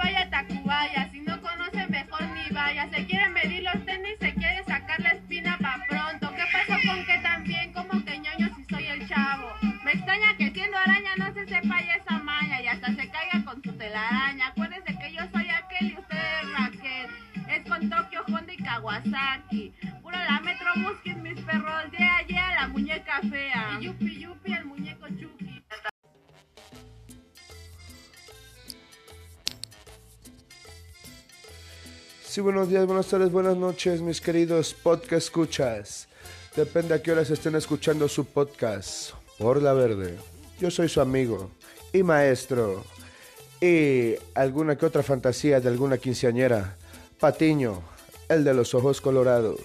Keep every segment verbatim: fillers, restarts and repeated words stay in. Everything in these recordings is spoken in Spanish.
vaya a Tacubaya, si no conoce mejor ni vaya. Se quiere medir los tenis, se quiere sacar la espina pa' pronto. ¿Qué pasó con que también como que ñoño si soy el chavo? Me extraña que siendo araña no se sepa ya esa maña y hasta se caiga con su telaraña. Acuérdense que yo soy aquel y usted es Raquel. Es con Tokio, Honda y Kawasaki. Puro la Metro Muskin, mis perros. De allá la muñeca fea. Y yupi yupi el muñeco Chucky. Sí, buenos días, buenas tardes, buenas noches, mis queridos podcast escuchas. Depende a qué horas estén escuchando su podcast. Por la Verde. Yo soy su amigo y maestro. Y alguna que otra fantasía de alguna quinceañera. Patiño, el de los ojos colorados.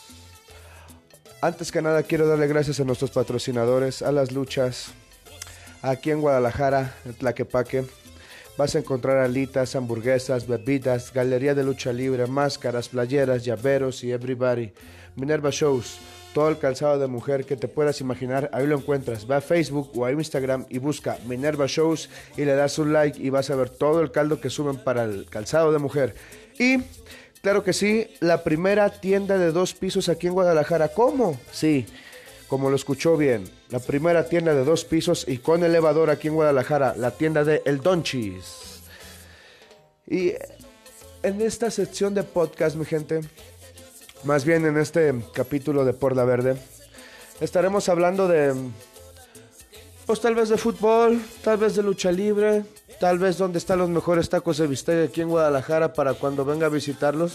Antes que nada quiero darle gracias a nuestros patrocinadores, a Las Luchas. Aquí en Guadalajara, en Tlaquepaque. Vas a encontrar alitas, hamburguesas, bebidas, galería de lucha libre, máscaras, playeras, llaveros y everybody. Minerva Shows, todo el calzado de mujer que te puedas imaginar, ahí lo encuentras. Ve a Facebook o a Instagram y busca Minerva Shows y le das un like y vas a ver todo el caldo que suben para el calzado de mujer. Y, claro que sí, la primera tienda de dos pisos aquí en Guadalajara. ¿Cómo? Sí, como lo escuchó bien, la primera tienda de dos pisos y con elevador aquí en Guadalajara, la tienda de El Donchis. Y en esta sección de podcast, mi gente, más bien en este capítulo de Por la Verde, estaremos hablando de, pues tal vez de fútbol, tal vez de lucha libre, tal vez dónde están los mejores tacos de bistec aquí en Guadalajara para cuando venga a visitarlos.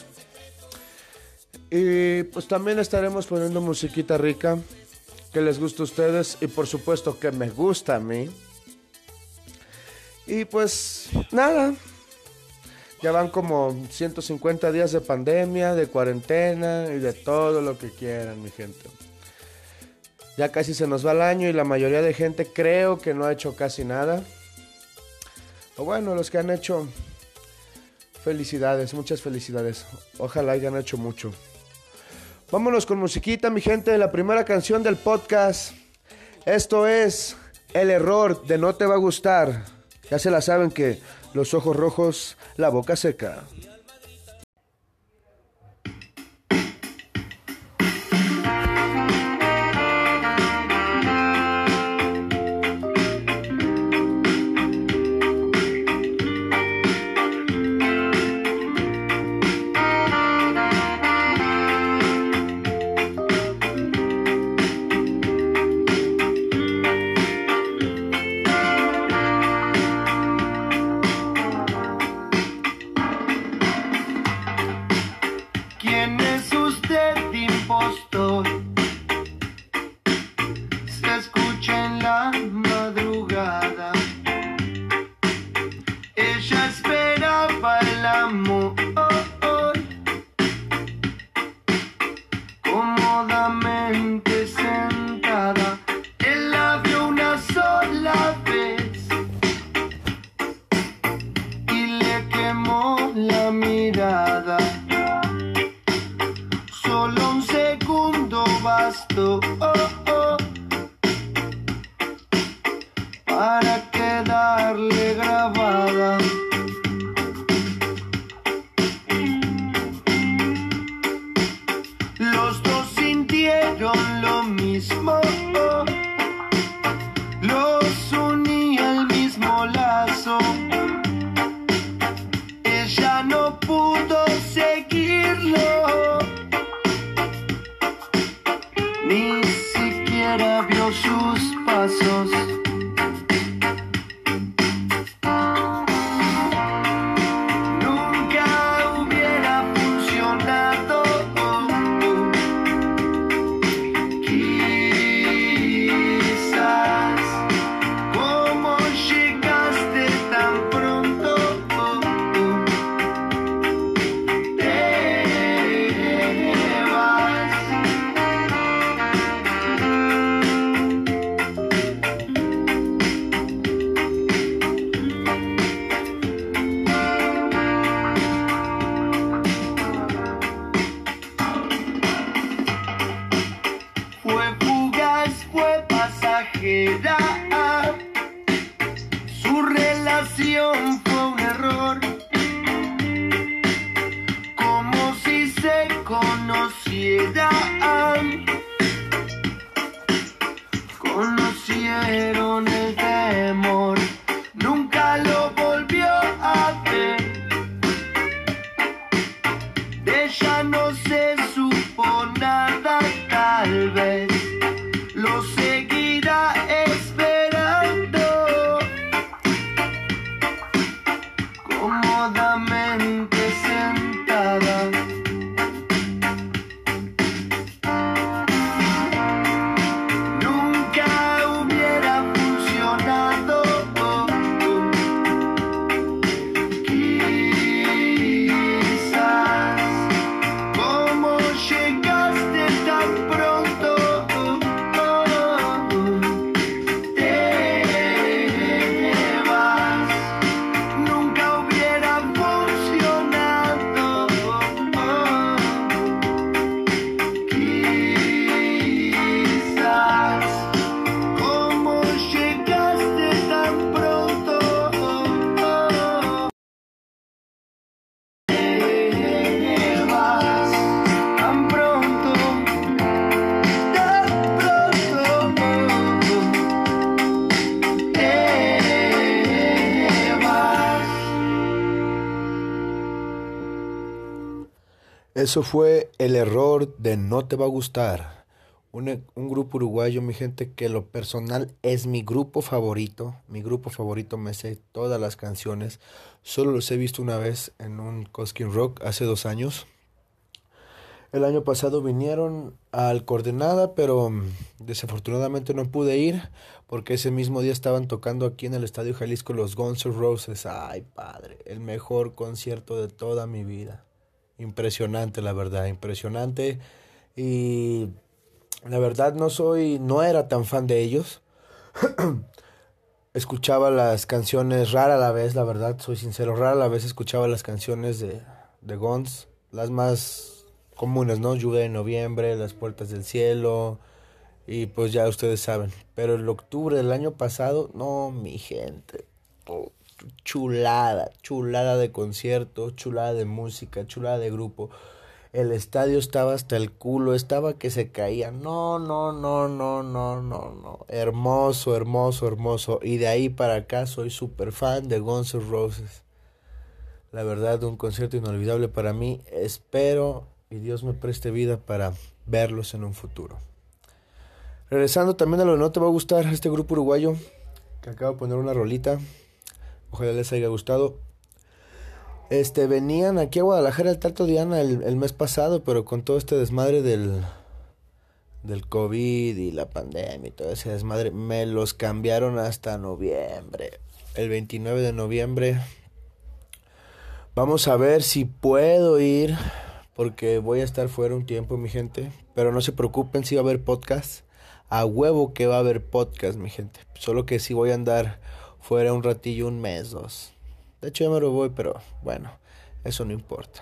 Y pues también estaremos poniendo musiquita rica que les gusta a ustedes y por supuesto que me gusta a mí. Y pues nada, ya van como ciento cincuenta días de pandemia, de cuarentena y de todo lo que quieran, mi gente. Ya casi se nos va el año y la mayoría de gente creo que no ha hecho casi nada. O bueno, los que han hecho, felicidades, muchas felicidades. Ojalá hayan hecho mucho. Vámonos con musiquita, mi gente. La primera canción del podcast. Esto es El Error de No Te Va a Gustar. Ya se la saben que los ojos rojos, la boca seca. Su relación fue un error pusieron el temor, nunca lo volvió a ver. De ella no se supo nada, tal vez lo seguirá esperando cómodamente sentada. Eso fue El Error de No Te Va a Gustar. Un, un grupo uruguayo, mi gente, que lo personal es mi grupo favorito. Mi grupo favorito, me sé todas las canciones. Solo los he visto una vez en un Cosquín Rock hace dos años. El año pasado vinieron al Coordenada, pero desafortunadamente no pude ir porque ese mismo día estaban tocando aquí en el Estadio Jalisco los Guns N' Roses. Ay, padre, el mejor concierto de toda mi vida. Impresionante, la verdad, impresionante. Y la verdad no soy, no era tan fan de ellos. Escuchaba las canciones rara a la vez, la verdad, soy sincero, rara a la vez escuchaba las canciones de, de Guns, las más comunes, ¿no? Lluvia de Noviembre, Las Puertas del Cielo, y pues ya ustedes saben. Pero el octubre del año pasado, no, mi gente, oh, chulada, chulada de concierto, chulada de música, chulada de grupo. El estadio estaba hasta el culo, estaba que se caía. No, no, no, no, no, no, no. Hermoso, hermoso, hermoso. Y de ahí para acá soy súper fan de Guns N' Roses. La verdad, un concierto inolvidable para mí. Espero y Dios me preste vida para verlos en un futuro. Regresando también a lo que no te va a gustar, este grupo uruguayo que acabo de poner una rolita. Ojalá les haya gustado. Este, venían aquí a Guadalajara al Teatro Diana el, el mes pasado, pero con todo este desmadre del, del COVID y la pandemia y todo ese desmadre, me los cambiaron hasta noviembre. El veintinueve de noviembre. Vamos a ver si puedo ir, porque voy a estar fuera un tiempo, mi gente. Pero no se preocupen, si va a haber podcast. A huevo que va a haber podcast, mi gente. Solo que sí voy a andar fuera un ratillo, un mes, dos. De hecho ya me lo voy, pero bueno, eso no importa.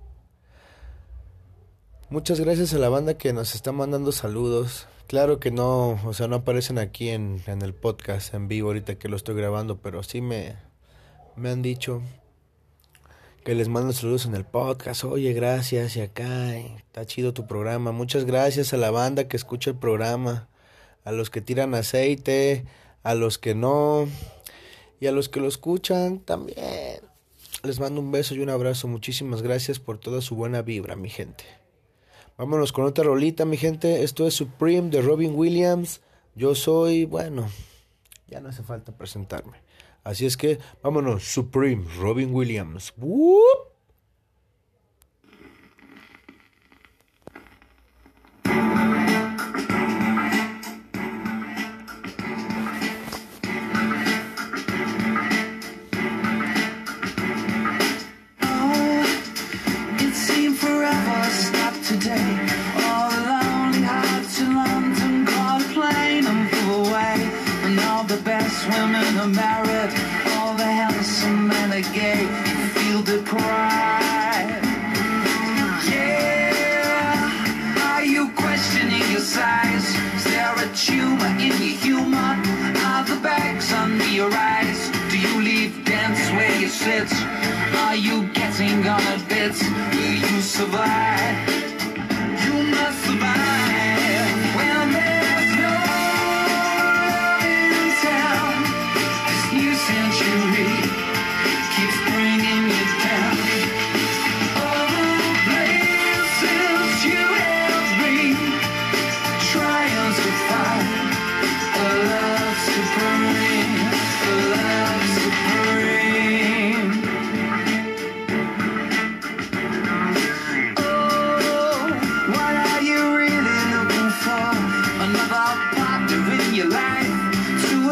Muchas gracias a la banda que nos está mandando saludos. Claro que no, o sea, no aparecen aquí en, en el podcast en vivo ahorita que lo estoy grabando, pero sí me, me han dicho que les mando saludos en el podcast. Oye, gracias, y acá, y está chido tu programa. Muchas gracias a la banda que escucha el programa, a los que tiran aceite, a los que no, y a los que lo escuchan también. Les mando un beso y un abrazo. Muchísimas gracias por toda su buena vibra, mi gente. Vámonos con otra rolita, mi gente. Esto es Supreme de Robin Williams. Yo soy, bueno, ya no hace falta presentarme. Así es que, vámonos, Supreme, Robin Williams. ¡Woo! Are you getting on a bit? Will you survive? You must survive when there's no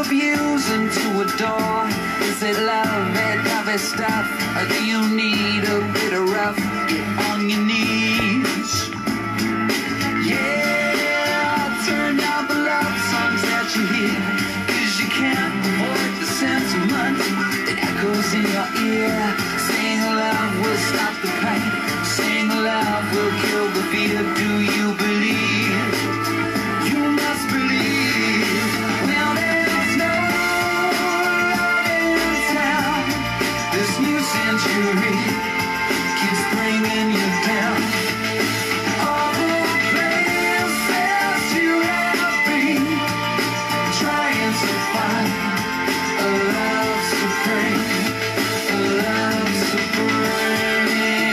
abuse and to adore? Is it love, red carpet stuff? Or do you need a bit of rough? Get on your knees. Yeah, turn down the love songs that you hear, 'cause you can't avoid the sentiment that echoes in your ear. Saying love will stop the pain, saying love will kill the fear. Do you believe? You must believe. Well, there's no love in town. This new century keeps bringing you down. All the places you have been, trying to find a love supreme, a love supreme.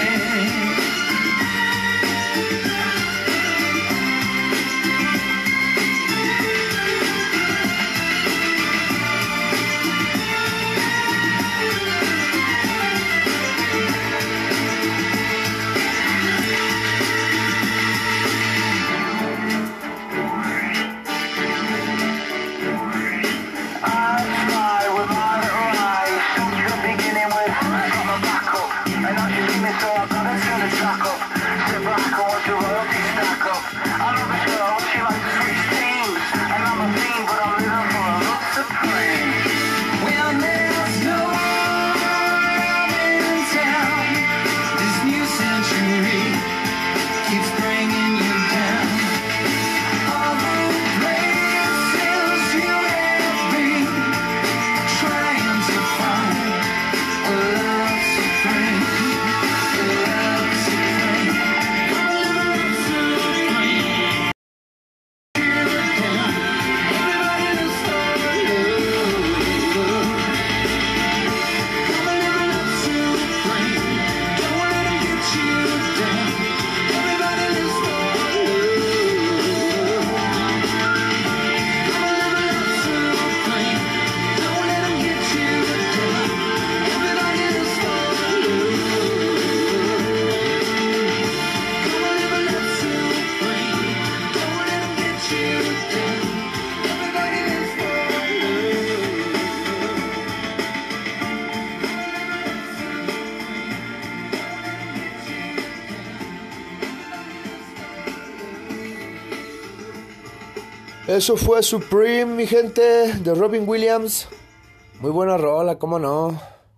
Eso fue Supreme, mi gente, de Robin Williams. Muy buena rola, cómo no.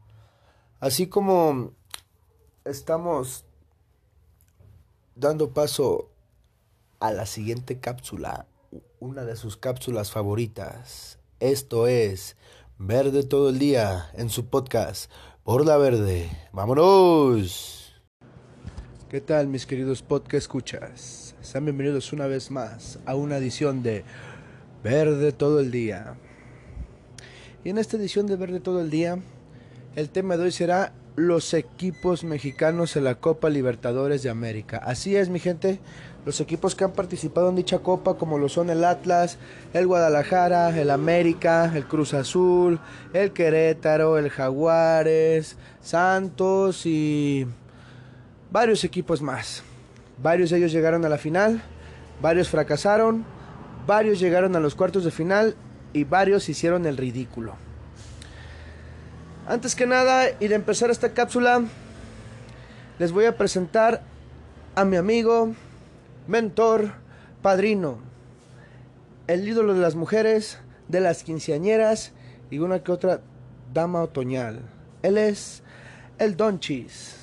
Así como estamos dando paso a la siguiente cápsula, una de sus cápsulas favoritas. Esto es Verde todo el día en su podcast Por la Verde. ¡Vámonos! ¿Qué tal, mis queridos podcast escuchas? Sean bienvenidos una vez más a una edición de Verde todo el día. Y en esta edición de Verde todo el día, el tema de hoy será los equipos mexicanos en la Copa Libertadores de América. Así es, mi gente, los equipos que han participado en dicha copa, como lo son el Atlas, el Guadalajara, el América, el Cruz Azul, el Querétaro, el Jaguares, Santos y varios equipos más. Varios de ellos llegaron a la final, varios fracasaron, varios llegaron a los cuartos de final y varios hicieron el ridículo. Antes que nada, y de empezar esta cápsula, les voy a presentar a mi amigo, mentor, padrino, el ídolo de las mujeres, de las quinceañeras y una que otra dama otoñal. Él es el Donchis.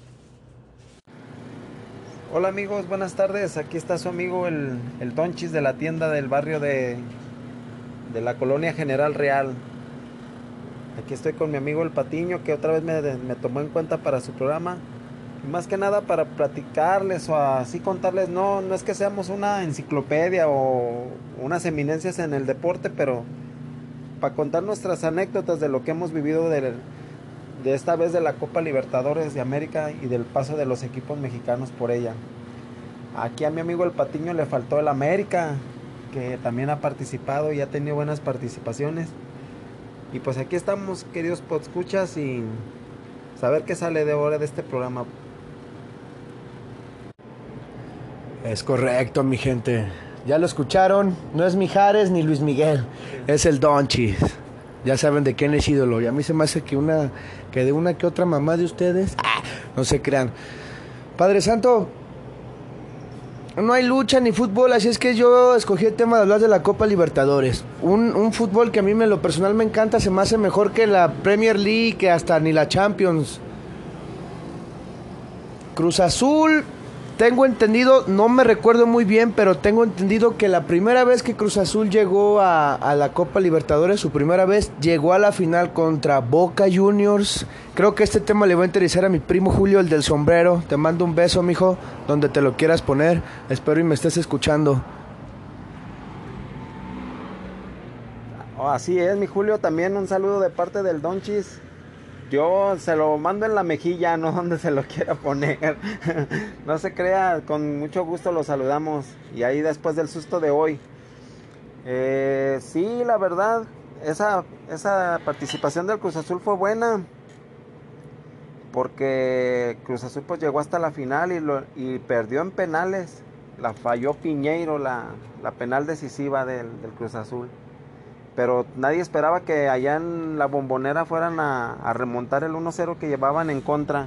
Hola amigos, buenas tardes. Aquí está su amigo el, el Donchis de la tienda del barrio de, de la colonia General Real. Aquí estoy con mi amigo el Patiño, que otra vez me, me tomó en cuenta para su programa. Y más que nada para platicarles o así contarles, no, no es que seamos una enciclopedia o unas eminencias en el deporte, pero para contar nuestras anécdotas de lo que hemos vivido de, de esta vez de la Copa Libertadores de América y del paso de los equipos mexicanos por ella. Aquí a mi amigo el Patiño le faltó el América, que también ha participado y ha tenido buenas participaciones. Y pues aquí estamos, queridos podescuchas, y saber qué sale de ahora de este programa. Es correcto, mi gente. Ya lo escucharon, no es Mijares ni Luis Miguel, es el Donchis. Ya saben de quién es ídolo. Y a mí se me hace que una que de una que otra mamá de ustedes, ah, no se crean. Padre Santo, no hay lucha ni fútbol, así es que yo escogí el tema de hablar de la Copa Libertadores. Un, un fútbol que a mí en lo personal me encanta, se me hace mejor que la Premier League, que hasta ni la Champions. Cruz Azul, tengo entendido, no me recuerdo muy bien, pero tengo entendido que la primera vez que Cruz Azul llegó a, a la Copa Libertadores, su primera vez, llegó a la final contra Boca Juniors. Creo que este tema le va a interesar a mi primo Julio, el del sombrero. Te mando un beso, mijo, donde te lo quieras poner. Espero y me estés escuchando. Oh, así es, mi Julio, también un saludo de parte del Donchis. Yo se lo mando en la mejilla, no donde se lo quiera poner. No se crea, con mucho gusto lo saludamos. Y ahí después del susto de hoy. Eh, sí, la verdad, esa, esa participación del Cruz Azul fue buena. Porque Cruz Azul pues llegó hasta la final y, lo, y perdió en penales. La falló Piñeiro, la, la penal decisiva del, del Cruz Azul. Pero nadie esperaba que allá en la Bombonera fueran a, a remontar el uno cero que llevaban en contra.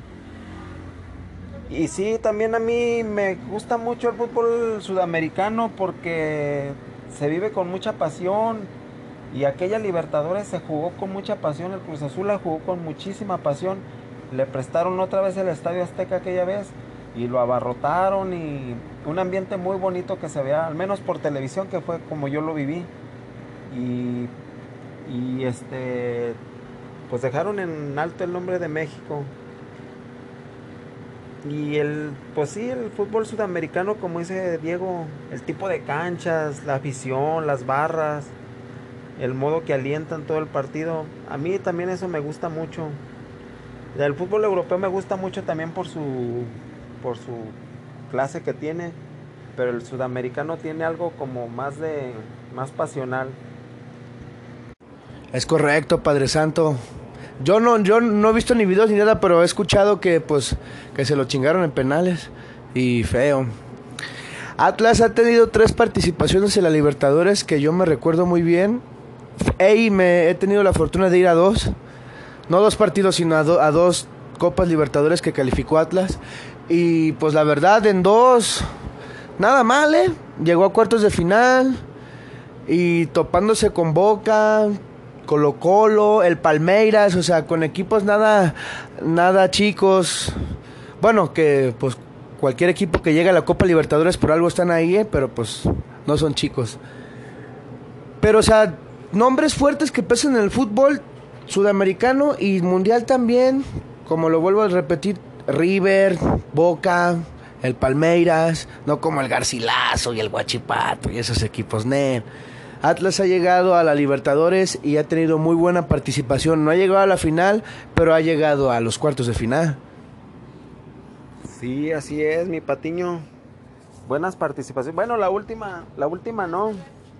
Y sí, también a mí me gusta mucho el fútbol sudamericano porque se vive con mucha pasión. Y aquella Libertadores se jugó con mucha pasión, el Cruz Azul la jugó con muchísima pasión. Le prestaron otra vez el Estadio Azteca aquella vez y lo abarrotaron, y un ambiente muy bonito que se vea, al menos por televisión, que fue como yo lo viví. Y, y este pues dejaron en alto el nombre de México. Y el pues sí, el fútbol sudamericano, como dice Diego, el tipo de canchas, la afición, las barras, el modo que alientan todo el partido, a mí también eso me gusta mucho. El fútbol europeo me gusta mucho también por su por su clase que tiene, pero el sudamericano tiene algo como más de más pasional. Es correcto, Padre Santo. Yo no, yo no he visto ni videos ni nada, pero he escuchado que pues que se lo chingaron en penales y feo. Atlas ha tenido tres participaciones en la Libertadores que yo me recuerdo muy bien. Ey, me he tenido la fortuna de ir a dos, no dos partidos, sino a, do, a dos Copas Libertadores que calificó Atlas. Y pues la verdad, en dos, nada mal, ¿eh? Llegó a cuartos de final y topándose con Boca, Colo Colo, el Palmeiras, o sea, con equipos nada, nada chicos. Bueno, que pues cualquier equipo que llegue a la Copa Libertadores por algo están ahí, ¿eh? Pero pues no son chicos. Pero o sea, nombres fuertes que pesan en el fútbol sudamericano y mundial también, como lo vuelvo a repetir, River, Boca, el Palmeiras, no como el Garcilaso y el Huachipato y esos equipos, ne. Atlas ha llegado a la Libertadores y ha tenido muy buena participación. No ha llegado a la final, pero ha llegado a los cuartos de final. Sí, así es, mi Patiño. Buenas participaciones. Bueno, la última, la última no.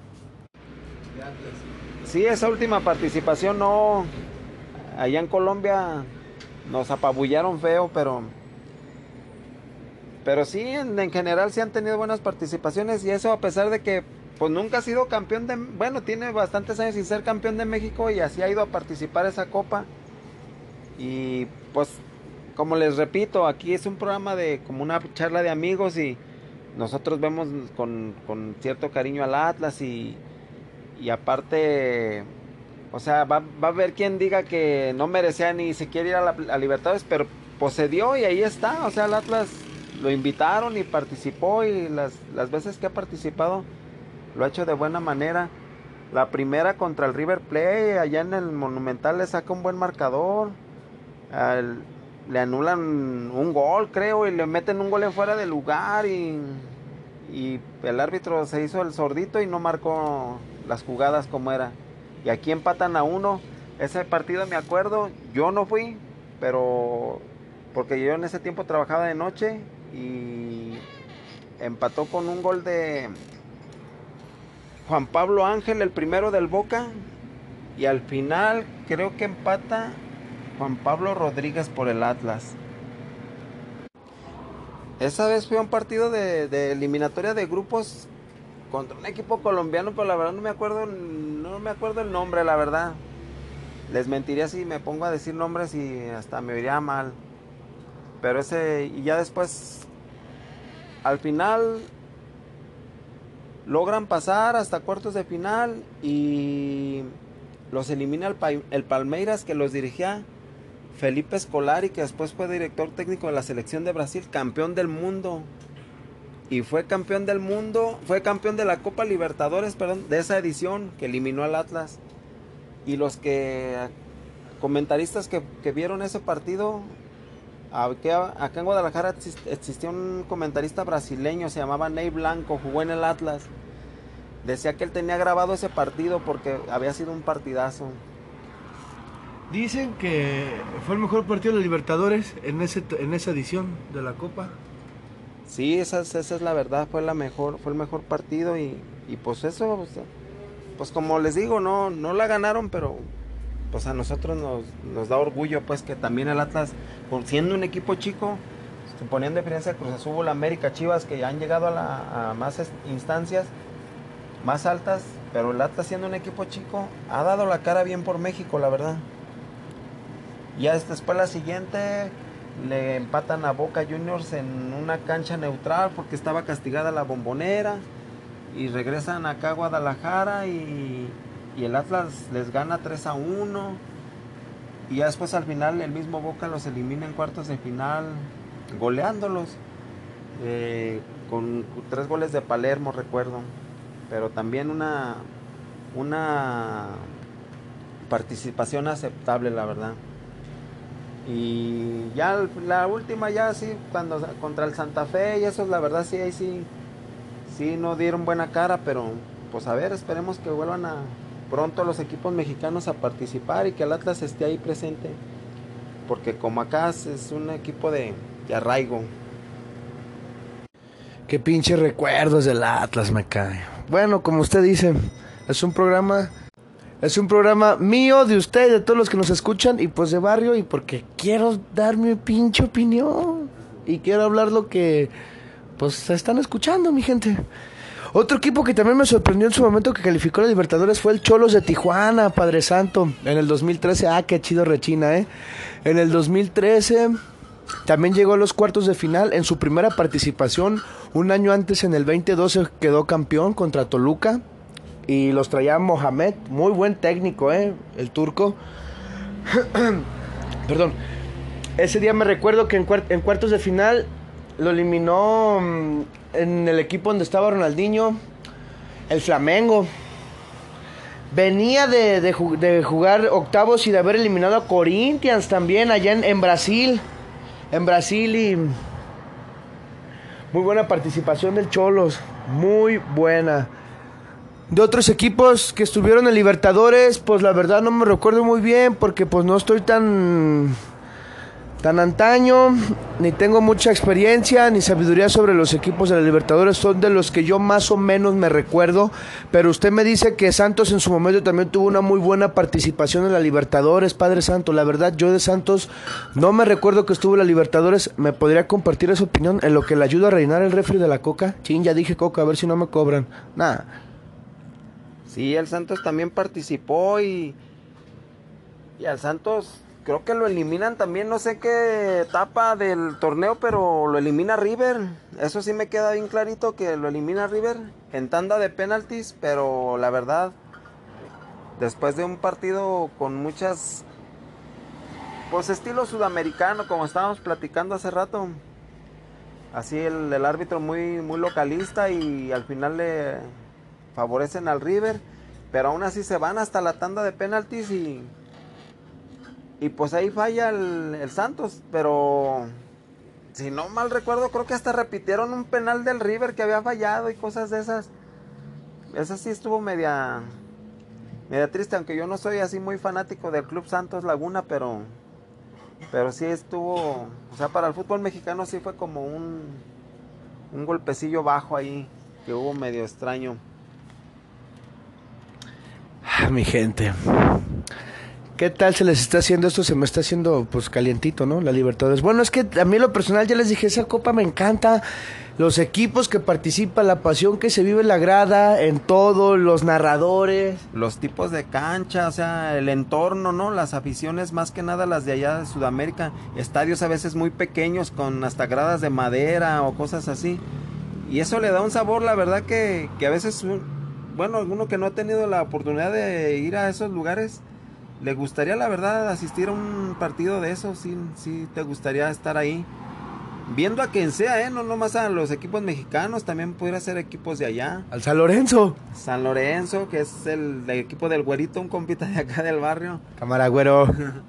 Sí, esa última participación no. Allá en Colombia nos apabullaron feo, pero pero sí, en, en general sí han tenido buenas participaciones, y eso a pesar de que pues nunca ha sido campeón de, bueno, tiene bastantes años sin ser campeón de México y así ha ido a participar esa copa. Y pues como les repito, aquí es un programa de como una charla de amigos y nosotros vemos con, con cierto cariño al Atlas y, y aparte, o sea, va, va a haber quien diga que no merecía ni siquiera ir a la a Libertadores, pero pues se dio y ahí está. O sea, el Atlas lo invitaron y participó, y las, las veces que ha participado lo ha hecho de buena manera. La primera contra el River Plate, allá en el Monumental, le saca un buen marcador. Al, le anulan un gol, creo, y le meten un gol en fuera de lugar, y, y el árbitro se hizo el sordito y no marcó las jugadas como era. Y aquí empatan a uno. Ese partido me acuerdo, yo no fui, pero porque yo en ese tiempo trabajaba de noche, y empató con un gol de Juan Pablo Ángel, el primero del Boca, y al final creo que empata Juan Pablo Rodríguez por el Atlas. Esa vez fue un partido de, de eliminatoria de grupos contra un equipo colombiano, pero la verdad no me acuerdo, no me acuerdo el nombre, la verdad. Les mentiría si me pongo a decir nombres y hasta me iría mal. Pero ese, y ya después, al final, logran pasar hasta cuartos de final y los elimina el, pa- el Palmeiras, que los dirigía Felipe Scolari, que después fue director técnico de la selección de Brasil, campeón del mundo. Y fue campeón del mundo, fue campeón de la Copa Libertadores, perdón, de esa edición que eliminó al Atlas. Y los que, comentaristas que, que vieron ese partido, aquí, acá en Guadalajara existía un comentarista brasileño, se llamaba Ney Blanco, jugó en el Atlas. Decía que él tenía grabado ese partido porque había sido un partidazo. Dicen que fue el mejor partido de la Libertadores en, ese, en esa edición de la Copa. Sí, esa, esa es la verdad, fue la mejor, fue el mejor partido y, y pues eso, pues, pues como les digo, no, no la ganaron, pero pues a nosotros nos, nos da orgullo pues que también el Atlas, siendo un equipo chico, poniendo en diferencia Cruz Azul, América, Chivas, que ya han llegado a, la, a más instancias, más altas, pero el Atlas siendo un equipo chico, ha dado la cara bien por México, la verdad. Ya después la siguiente le empatan a Boca Juniors en una cancha neutral porque estaba castigada la Bombonera y regresan acá a Guadalajara y, y el Atlas les gana tres a uno y ya después al final el mismo Boca los elimina en cuartos de final goleándolos eh, con tres goles de Palermo, recuerdo, pero también una una participación aceptable, la verdad. Y ya la última ya sí, cuando contra el Santa Fe y eso, la verdad sí, ahí sí, sí no dieron buena cara, pero pues a ver, esperemos que vuelvan a pronto los equipos mexicanos a participar y que el Atlas esté ahí presente, porque como acá es un equipo de, de arraigo. Qué pinche recuerdos del Atlas me cae. Bueno, como usted dice, es un programa... Es un programa mío, de usted, de todos los que nos escuchan, y pues de barrio, y porque quiero dar mi pinche opinión. Y quiero hablar lo que, pues, se están escuchando, mi gente. Otro equipo que también me sorprendió en su momento que calificó a la Libertadores fue el Cholos de Tijuana, Padre Santo, en el dos mil trece. Ah, qué chido rechina, ¿eh? En el dos mil trece también llegó a los cuartos de final en su primera participación. Un año antes, en el veinte doce, quedó campeón contra Toluca. Y los traía Mohamed, muy buen técnico, ¿eh? El turco. Perdón. Ese día me recuerdo que en, cuart- en cuartos de final lo eliminó mmm, en el equipo donde estaba Ronaldinho, el Flamengo. Venía de, de, ju- de jugar octavos y de haber eliminado a Corinthians también allá en, en Brasil. En Brasil y... Muy buena participación del Cholos, muy buena. De otros equipos que estuvieron en Libertadores, pues la verdad no me recuerdo muy bien porque pues no estoy tan tan antaño, ni tengo mucha experiencia ni sabiduría sobre los equipos de la Libertadores, son de los que yo más o menos me recuerdo, pero usted me dice que Santos en su momento también tuvo una muy buena participación en la Libertadores, Padre Santo. La verdad yo de Santos no me recuerdo que estuvo en la Libertadores. ¿Me podría compartir esa opinión en lo que le ayuda a reinar el refri de la Coca? Chin, ya dije Coca, a ver si no me cobran. Nada. Sí, el Santos también participó y, y al Santos creo que lo eliminan también, no sé qué etapa del torneo, pero lo elimina River. Eso sí me queda bien clarito que lo elimina River en tanda de penaltis, pero la verdad, después de un partido con muchas, pues estilo sudamericano, como estábamos platicando hace rato, así el, el árbitro muy, muy localista y al final le favorecen al River, pero aún así se van hasta la tanda de penaltis y y pues ahí falla el, el Santos, pero si no mal recuerdo creo que hasta repitieron un penal del River que había fallado y cosas de esas. Esa sí estuvo media media triste, aunque yo no soy así muy fanático del Club Santos Laguna, pero pero sí estuvo, o sea, para el fútbol mexicano sí fue como un un golpecillo bajo ahí que hubo medio extraño. Mi gente, ¿Qué tal se les está haciendo esto? Se me está haciendo pues calientito, ¿no? La Libertadores. Bueno, es que a mí lo personal ya les dije, esa copa me encanta. Los equipos que participan, la pasión que se vive en la grada, en todo, los narradores. Los tipos de cancha, o sea, el entorno, ¿no? Las aficiones, más que nada las de allá de Sudamérica. Estadios a veces muy pequeños con hasta gradas de madera o cosas así. Y eso le da un sabor, la verdad, que, que a veces, bueno, alguno que no ha tenido la oportunidad de ir a esos lugares, le gustaría, la verdad, asistir a un partido de esos. Sí, sí, te gustaría estar ahí. Viendo a quien sea, ¿eh? No nomás a los equipos mexicanos, también pudiera ser equipos de allá. Al San Lorenzo. San Lorenzo, que es el, el equipo del güerito, un compita de acá del barrio. Cámara, güero.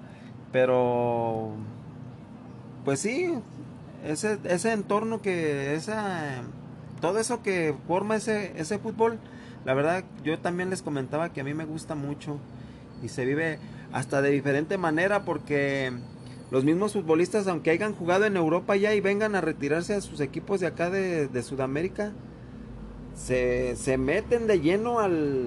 Pero, pues sí, ese, ese entorno que, esa, todo eso que forma ese, ese fútbol, la verdad, yo también les comentaba que a mí me gusta mucho. Y se vive hasta de diferente manera porque los mismos futbolistas, aunque hayan jugado en Europa ya y vengan a retirarse a sus equipos de acá de, de Sudamérica, se, se meten de lleno al,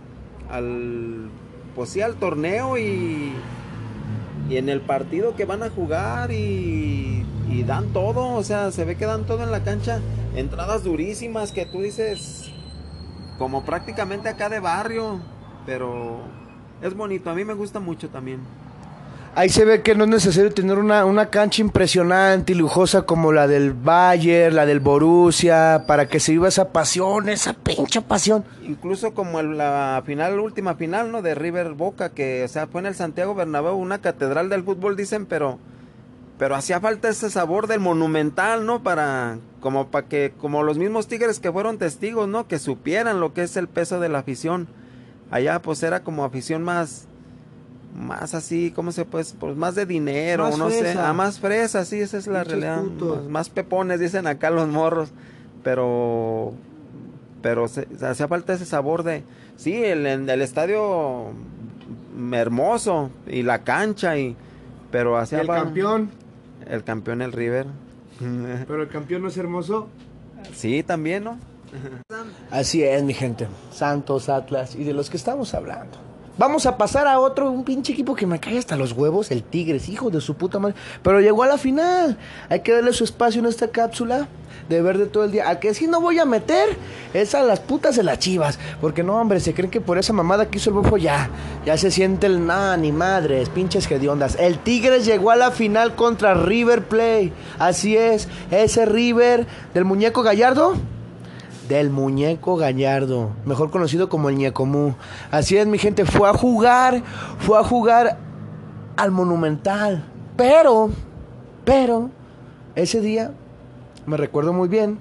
al, pues sí, al torneo y, y en el partido que van a jugar y, y dan todo, o sea, se ve que dan todo en la cancha, entradas durísimas que tú dices, como prácticamente acá de barrio, pero es bonito, a mí me gusta mucho también. Ahí se ve que no es necesario tener una, una cancha impresionante y lujosa como la del Bayern, la del Borussia, para que se viva esa pasión, esa pinche pasión. Incluso como el, la final, última final, ¿no? De River Boca, que o sea, fue en el Santiago Bernabéu, una catedral del fútbol, dicen, pero pero hacía falta ese sabor del Monumental, ¿no? Para, como para que, como los mismos Tigres que fueron testigos, ¿no? Que supieran lo que es el peso de la afición. Allá pues era como afición más, más así, ¿cómo se puede? Pues más de dinero, más no fresa. sé, ah, más fresa, sí, esa es la Muchos realidad, putos. más, más pepones dicen acá los morros, pero, pero se, se hacía falta ese sabor de, sí, el, el estadio hermoso y la cancha y, pero hacía El falta- campeón, el campeón el River, pero el campeón no es hermoso. sí, también, ¿no? Así es, mi gente. Santos, Atlas y de los que estamos hablando. Vamos a pasar a otro, un pinche equipo que me cae hasta los huevos, el Tigres, hijo de su puta madre. Pero llegó a la final. Hay que darle su espacio en esta cápsula de verde todo el día. A que sí no voy a meter es a las putas de las Chivas. Porque no, hombre, se creen que por esa mamada que hizo el bofo ya, ya se siente el nada, ni madres, pinches hediondas. El Tigres llegó a la final contra River Plate. Así es, ese River del muñeco Gallardo. Del muñeco Gallardo, mejor conocido como el Ñecomú. Así es, mi gente, fue a jugar, fue a jugar al Monumental. Pero, pero, ese día, me recuerdo muy bien,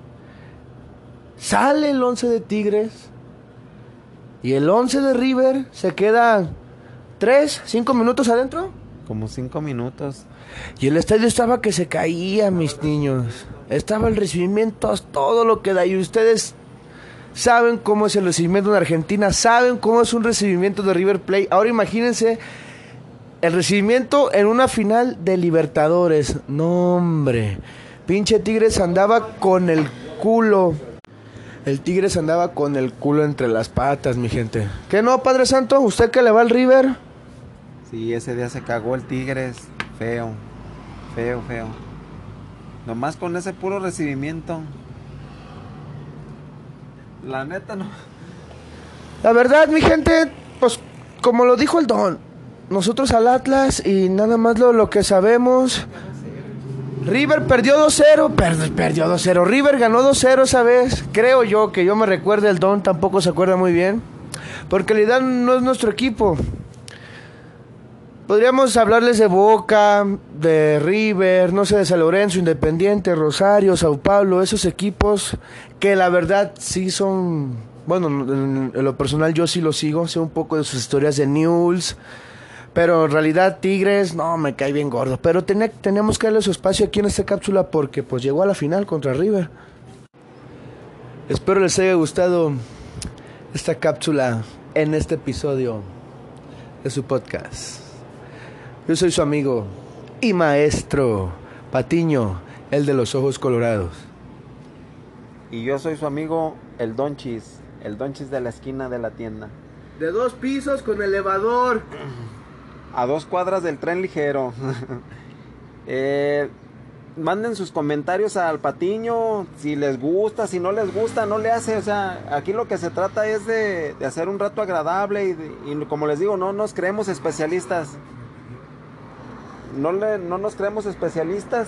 sale el once de Tigres y el once de River se queda tres, cinco minutos adentro. Como cinco minutos. Y el estadio estaba que se caía, mis niños. Estaba el recibimiento, todo lo que da. Y ustedes saben cómo es el recibimiento en Argentina, saben cómo es un recibimiento de River Plate. Ahora imagínense el recibimiento en una final de Libertadores. No, hombre. Pinche Tigres andaba con el culo. El Tigres andaba con el culo entre las patas, mi gente. ¿Qué no, Padre Santo? ¿Usted que le va al River? Sí, ese día se cagó el Tigres, feo, feo, feo. Nomás con ese puro recibimiento. La neta no. La verdad, mi gente, pues como lo dijo el Don, nosotros al Atlas y nada más lo, lo que sabemos. River perdió dos cero, per- perdió dos cero. River ganó dos cero esa vez. Creo yo, que yo me recuerde, el Don tampoco se acuerda muy bien. Porque en realidad no es nuestro equipo. Podríamos hablarles de Boca, de River, no sé, de San Lorenzo, Independiente, Rosario, Sao Paulo, esos equipos que la verdad sí son, bueno, en, en lo personal yo sí los sigo, sé un poco de sus historias de News, pero en realidad Tigres, no, me cae bien gordo, pero ten, tenemos que darle su espacio aquí en esta cápsula porque pues llegó a la final contra River. Espero les haya gustado esta cápsula en este episodio de su podcast. Yo soy su amigo y maestro Patiño, el de los ojos colorados. Y yo soy su amigo el Donchis, el Donchis de la esquina de la tienda. De dos pisos con elevador. a dos cuadras del tren ligero. eh, manden sus comentarios al Patiño, si les gusta, si no les gusta, no le hace, o sea, aquí lo que se trata es de, de hacer un rato agradable y, de, y como les digo, no nos creemos especialistas, no, le, no nos creemos especialistas,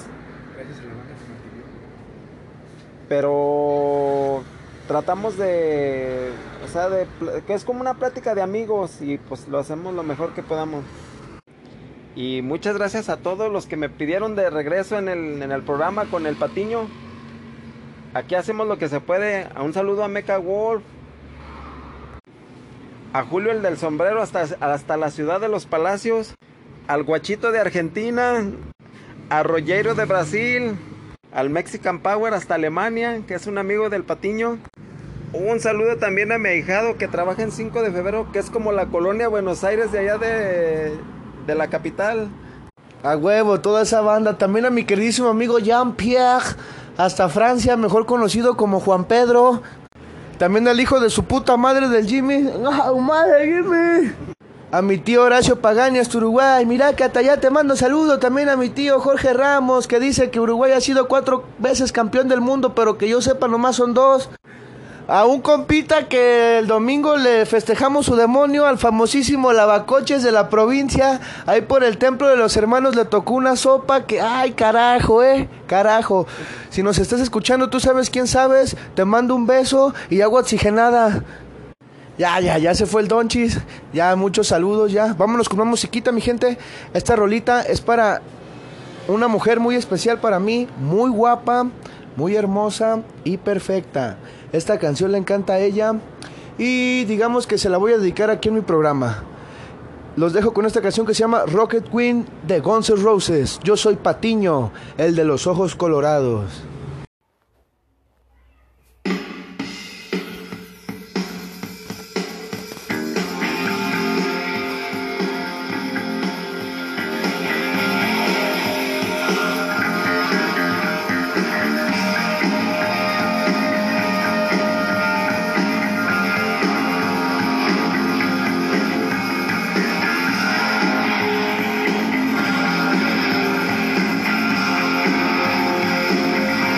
pero tratamos de, o sea, de, que es como una plática de amigos y pues lo hacemos lo mejor que podamos. Y muchas gracias a todos los que me pidieron de regreso en el, en el programa con el Patiño. Aquí hacemos lo que se puede. A un saludo a Mecha Wolf, a Julio el del sombrero hasta, hasta la ciudad de los Palacios, al Guachito de Argentina, a Rollero de Brasil, al Mexican Power hasta Alemania, que es un amigo del Patiño. Un saludo también a mi ahijado que trabaja en cinco de febrero, que es como la colonia Buenos Aires de allá de... de la capital. A huevo, toda esa banda. También a mi queridísimo amigo Jean-Pierre, hasta Francia, mejor conocido como Juan Pedro. También al hijo de su puta madre del Jimmy. ¡Oh, madre, Jimmy! A mi tío Horacio Pagani hasta Uruguay. Mira que hasta allá te mando saludo. También a mi tío Jorge Ramos, que dice que Uruguay ha sido cuatro veces campeón del mundo, pero que yo sepa nomás son dos. A un compita que el domingo le festejamos su demonio, al famosísimo Lavacoches de la provincia. Ahí por el templo de los hermanos le tocó una sopa que, ay carajo, eh, carajo. Si nos estás escuchando, tú sabes quién sabes, te mando un beso y agua oxigenada. Ya, ya, ya se fue el Donchis. Ya, muchos saludos, ya. Vámonos con una musiquita, mi gente. Esta rolita es para una mujer muy especial para mí, muy guapa, muy hermosa y perfecta. Esta canción le encanta a ella y digamos que se la voy a dedicar aquí en mi programa. Los dejo con esta canción que se llama Rocket Queen de Guns N' Roses. Yo soy Patiño, el de los ojos colorados. Thank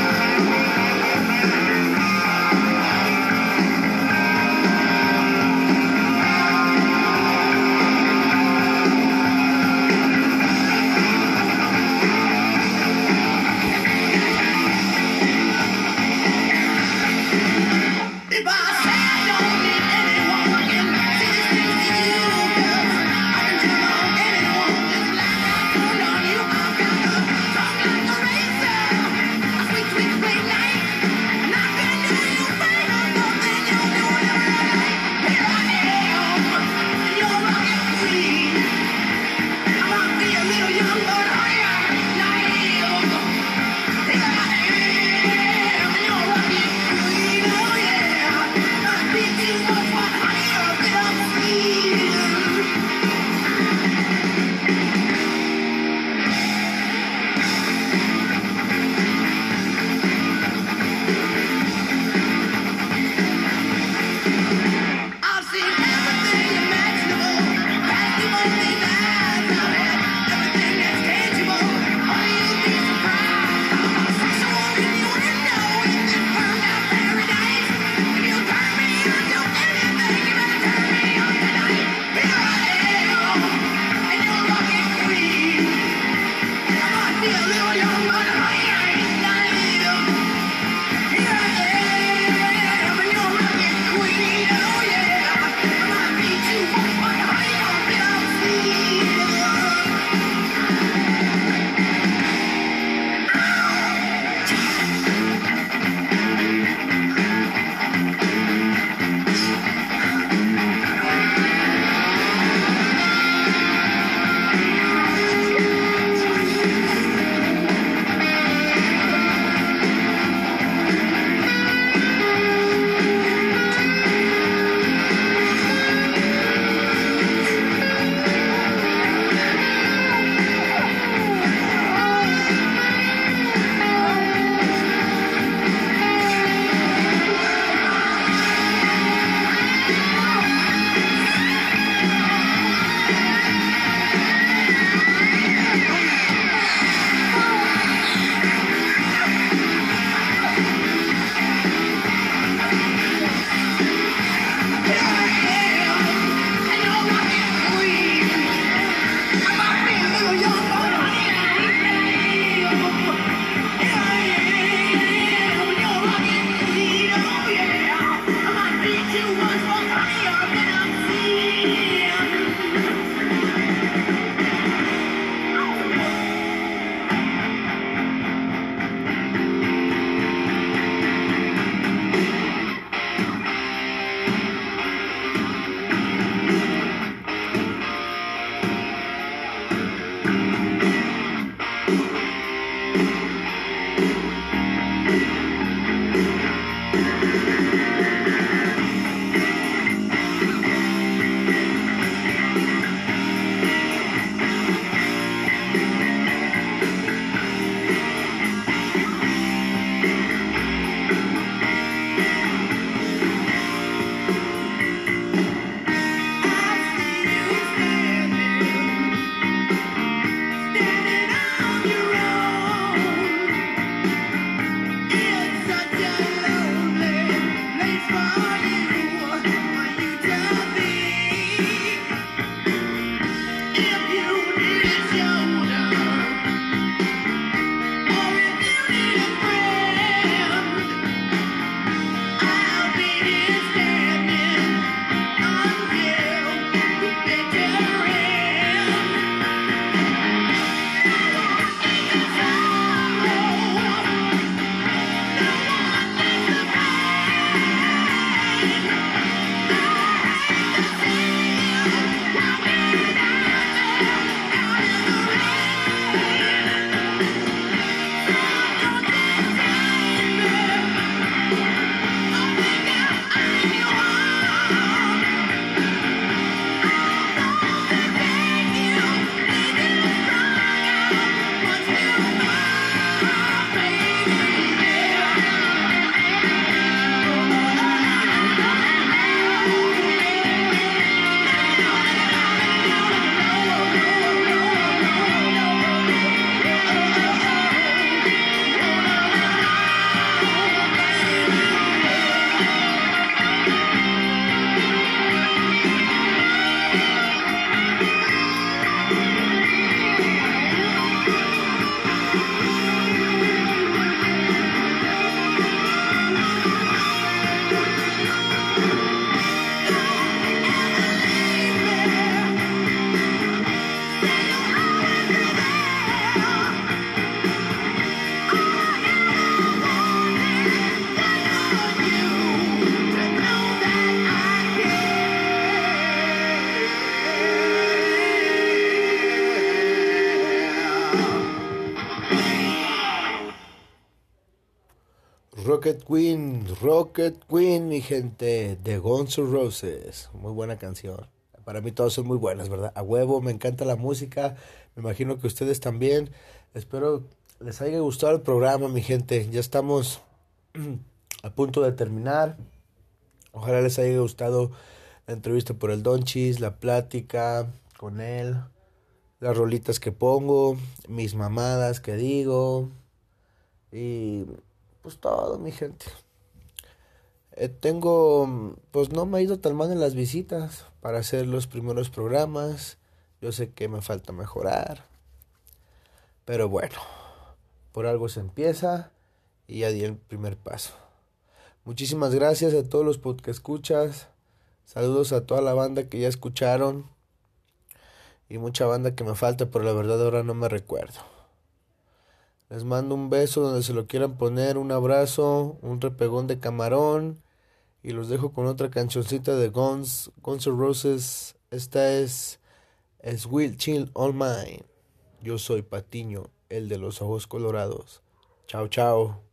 Rocket Queen, Rocket Queen, mi gente, de Guns N' Roses. Muy buena canción. Para mí todas son muy buenas, ¿verdad? A huevo, me encanta la música. Me imagino que ustedes también. Espero les haya gustado el programa, mi gente. Ya estamos a punto de terminar. Ojalá les haya gustado la entrevista por el Donchis, la plática con él, las rolitas que pongo, mis mamadas que digo y pues todo, mi gente. Eh, tengo, pues no me ha ido tan mal en las visitas para hacer los primeros programas. Yo sé que me falta mejorar, pero bueno, por algo se empieza y ya di el primer paso. Muchísimas gracias a todos los podcast escuchas. Saludos a toda la banda que ya escucharon. Y mucha banda que me falta, pero la verdad ahora no me recuerdo. Les mando un beso donde se lo quieran poner, un abrazo, un repegón de camarón. Y los dejo con otra cancioncita de Guns, Guns N' Roses. Esta es Sweet Chill All Mine. Yo soy Patiño, el de los ojos colorados. Chao, chao.